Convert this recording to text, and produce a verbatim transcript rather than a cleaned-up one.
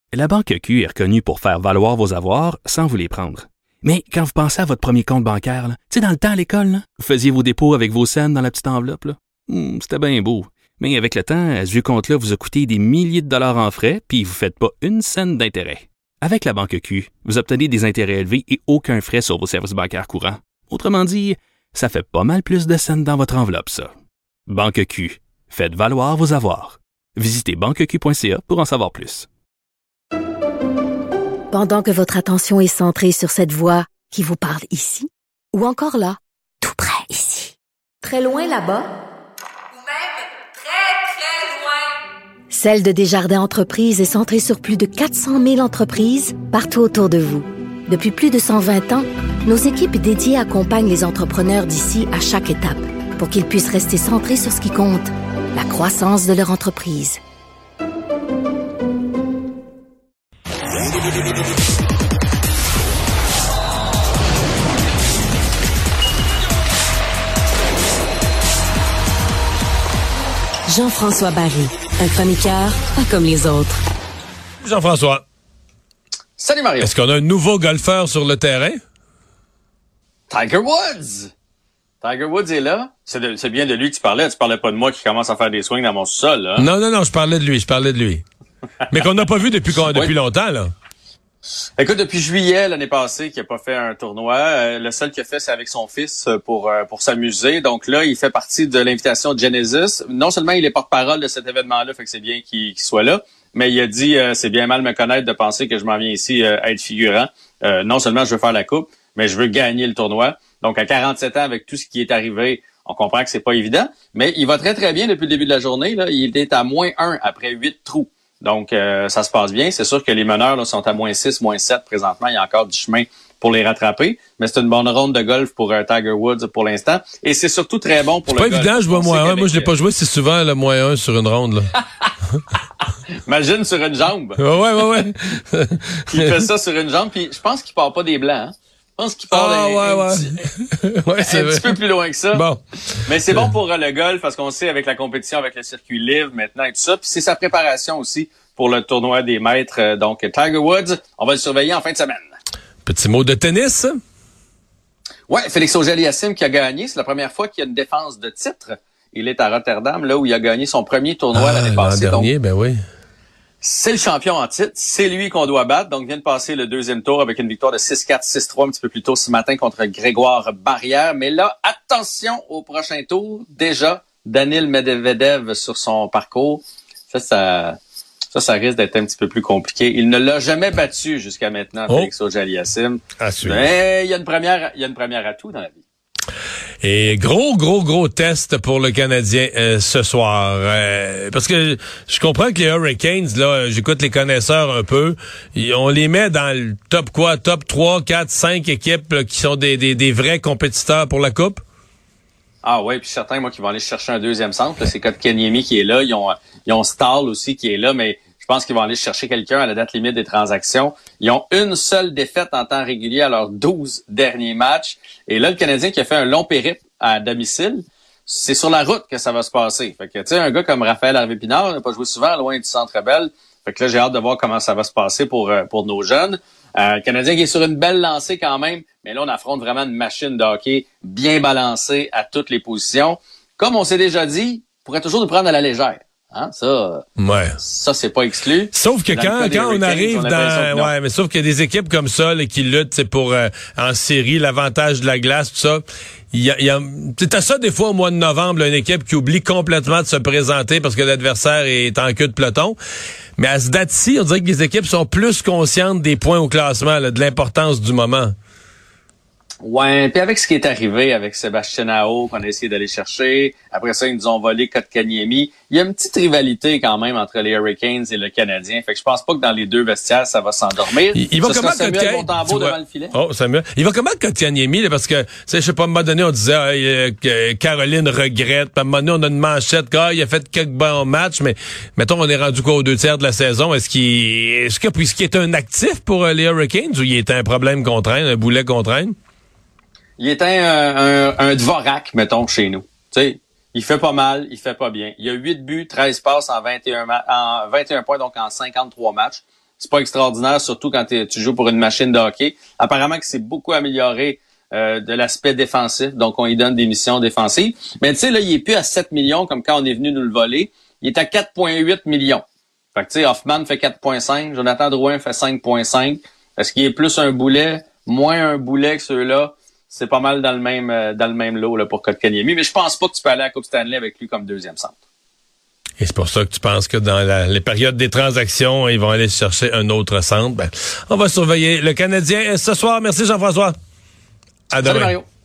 La Banque Q est reconnue pour faire valoir vos avoirs sans vous les prendre. Mais quand vous pensez à votre premier compte bancaire, tu sais, dans le temps à l'école, là, vous faisiez vos dépôts avec vos scènes dans la petite enveloppe. Là. Hum, c'était bien beau. Mais avec le temps, ce vieux compte-là vous a coûté des milliers de dollars en frais, puis vous ne faites pas une scène d'intérêt. Avec la Banque Q, vous obtenez des intérêts élevés et aucun frais sur vos services bancaires courants. Autrement dit, ça fait pas mal plus de scènes dans votre enveloppe, ça. Banque Q. Faites valoir vos avoirs. Visitez banque q point c a pour en savoir plus. Pendant que votre attention est centrée sur cette voix qui vous parle ici, ou encore là, tout près ici, très loin là-bas, ou même très, très loin, Celle de Desjardins Entreprises est centrée sur plus de quatre cent mille entreprises partout autour de vous. Depuis plus de cent vingt ans, nos équipes dédiées accompagnent les entrepreneurs d'ici à chaque étape pour qu'ils puissent rester centrés sur ce qui compte, la croissance de leur entreprise. Jean-François Barry, un chroniqueur pas comme les autres. Jean-François. Salut Mario. Est-ce qu'on a un nouveau golfeur sur le terrain? Tiger Woods. Tiger Woods est là. C'est, de, c'est bien de lui que tu parlais. Tu parlais pas de moi qui commence à faire des swings dans mon sol, là. Non, non, non, je parlais de lui, je parlais de lui. Mais qu'on n'a pas vu depuis, depuis oui. longtemps, là. Écoute, depuis juillet l'année passée, qu'il n'a pas fait un tournoi, euh, le seul qu'il a fait, c'est avec son fils pour euh, pour s'amuser. Donc là, il fait partie de l'invitation de Genesis. Non seulement il est porte-parole de cet événement-là, fait que c'est bien qu'il, qu'il soit là, mais il a dit euh, c'est bien mal me connaître de penser que je m'en viens ici euh, à être figurant. Euh, non seulement je veux faire la coupe, mais je veux gagner le tournoi. Donc à quarante-sept ans, avec tout ce qui est arrivé, on comprend que c'est pas évident, mais il va très très bien depuis le début de la journée. Là, il est à moins un après huit trous. Donc, euh, ça se passe bien. C'est sûr que les meneurs là, sont à moins six, moins sept présentement. Il y a encore du chemin pour les rattraper. Mais c'est une bonne ronde de golf pour euh, Tiger Woods pour l'instant. Et c'est surtout très bon pour c'est le golf. C'est pas évident, je vois moins un. Moi, je l'ai pas joué si souvent, le moins un sur une ronde. Là. Imagine sur une jambe. Ouais, ouais, ouais. Il fait ça sur une jambe. Puis je pense qu'il part pas des blancs. Hein? Je pense qu'il part ah, un, ouais, un, ouais. Petit, ouais, c'est un vrai. petit peu plus loin que ça. Bon. Mais c'est bon pour euh, le golf parce qu'on sait avec la compétition, avec le circuit live maintenant et tout ça. Puis c'est sa préparation aussi pour le tournoi des maîtres. Donc, Tiger Woods, on va le surveiller en fin de semaine. Petit mot de tennis. Ouais, Félix Auger-Aliassime qui a gagné. C'est la première fois qu'il y a une défense de titre. Il est à Rotterdam, là où il a gagné son premier tournoi ah, l'année passée. L'an dernier, donc, ben oui. C'est le champion en titre. C'est lui qu'on doit battre. Donc, il vient de passer le deuxième tour avec une victoire de six quatre, six trois un petit peu plus tôt ce matin contre Grégoire Barrière. Mais là, attention au prochain tour. Déjà, Daniil Medvedev sur son parcours. Ça, ça... Ça, ça risque d'être un petit peu plus compliqué. Il ne l'a jamais battu jusqu'à maintenant, oh. Félix Auger-Aliassime. Mais il y a une première, il y a une première atout dans la vie. Et gros, gros, gros test pour le Canadien euh, ce soir. Euh, parce que je comprends que les Hurricanes, là, j'écoute les connaisseurs un peu, on les met dans le top quoi, top trois, quatre, cinq équipes là, qui sont des, des, des vrais compétiteurs pour la Coupe? Ah ouais, puis certains, moi, qui vont aller chercher un deuxième centre. Là, c'est Kotkaniemi qui est là. Ils ont, ils ont Stahl aussi qui est là, mais je pense qu'ils vont aller chercher quelqu'un à la date limite des transactions. Ils ont une seule défaite en temps régulier à leurs douze derniers matchs. Et là, le Canadien qui a fait un long périple à domicile, c'est sur la route que ça va se passer. Fait que, tu sais, un gars comme Raphaël Harvey-Pinard n'a pas joué souvent loin du Centre Bell. Fait que là, j'ai hâte de voir comment ça va se passer pour, pour nos jeunes. Euh, le Canadien qui est sur une belle lancée quand même, mais là, on affronte vraiment une machine de hockey bien balancée à toutes les positions. Comme on s'est déjà dit, on pourrait toujours nous prendre à la légère. Hein, ça, ouais. ça c'est pas exclu. Sauf que dans quand, quand on arrive on dans, ouais, mais sauf qu'il y a des équipes comme ça là, qui luttent pour euh, en série, l'avantage de la glace, tout ça. Il y a, il y a, t'as ça des fois au mois de novembre, là, une équipe qui oublie complètement de se présenter parce que l'adversaire est en queue de peloton. Mais à ce date-ci, on dirait que les équipes sont plus conscientes des points au classement, là, de l'importance du moment. Ouais, puis avec ce qui est arrivé avec Sébastien Aho, qu'on a essayé d'aller chercher, après ça, ils nous ont volé Kotkaniemi. Il y a une petite rivalité quand même entre les Hurricanes et le Canadien. Fait que je pense pas que dans les deux vestiaires, ça va s'endormir. Il, il va comment Samuel Montembeault devant le filet? Oh, Samuel. Il va comment Kotkaniemi, là, parce que, tu sais, je sais pas, à un moment donné, on disait euh, que Caroline regrette, puis à un moment donné, on a une manchette, qu'il il a fait quelques bons matchs, mais mettons, on est rendu quoi aux deux tiers de la saison. Est-ce qu'il est-ce qu'il, est-ce qu'il est un actif pour euh, les Hurricanes ou il est un problème qu'on traîne, un boulet qu'on traîne? Il est un, un, un Dvorak, mettons, chez nous. Tu sais, il fait pas mal, il fait pas bien. Il a huit buts, treize passes en vingt et un, ma- en vingt et un points, donc en cinquante-trois matchs. c'est pas extraordinaire, surtout quand tu joues pour une machine de hockey. Apparemment que c'est beaucoup amélioré euh, de l'aspect défensif, donc on lui donne des missions défensives. Mais tu sais, là, il est plus à sept millions comme quand on est venu nous le voler. Il est à quatre virgule huit millions. Fait que tu sais, Hoffman fait quatre virgule cinq, Jonathan Drouin fait cinq virgule cinq. Est-ce qu'il est plus un boulet, moins un boulet que ceux-là? C'est pas mal dans le même euh, dans le même lot là, pour Kotkaniemi. Mais je pense pas que tu peux aller à la Coupe Stanley avec lui comme deuxième centre. Et c'est pour ça que tu penses que dans la, les périodes des transactions, ils vont aller chercher un autre centre. Ben, on va surveiller le Canadien ce soir. Merci Jean-François. À demain. Salut Mario.